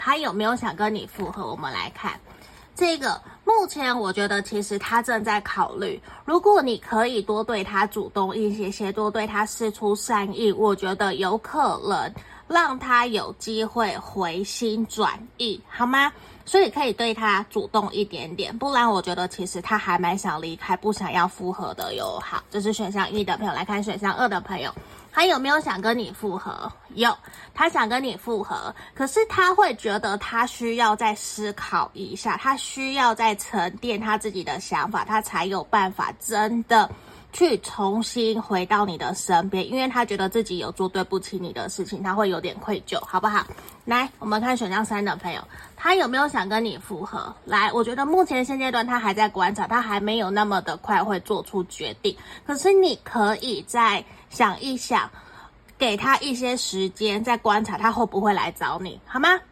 他有没有想跟你复合？我们来看这个，目前我觉得其实他正在考虑，如果你可以多对他主动一些，多对他释出善意，我觉得有可能让他有机会回心转意，好吗？所以可以对他主动一点点，不然我觉得其实他还蛮想离开，不想要复合的哟。好，这是选项1的朋友。来看选项2的朋友，他有没有想跟你复合？有，他想跟你复合，可是他会觉得他需要再思考一下，他需要再沉淀他自己的想法，他才有办法真的去重新回到你的身边，因为他觉得自己有做对不起你的事情，他会有点愧疚，好不好？来，我们看选项3的朋友，他有没有想跟你复合？来，我觉得目前现阶段他还在观察，他还没有那么的快会做出决定，可是你可以再想一想，给他一些时间，再观察他会不会来找你，好吗？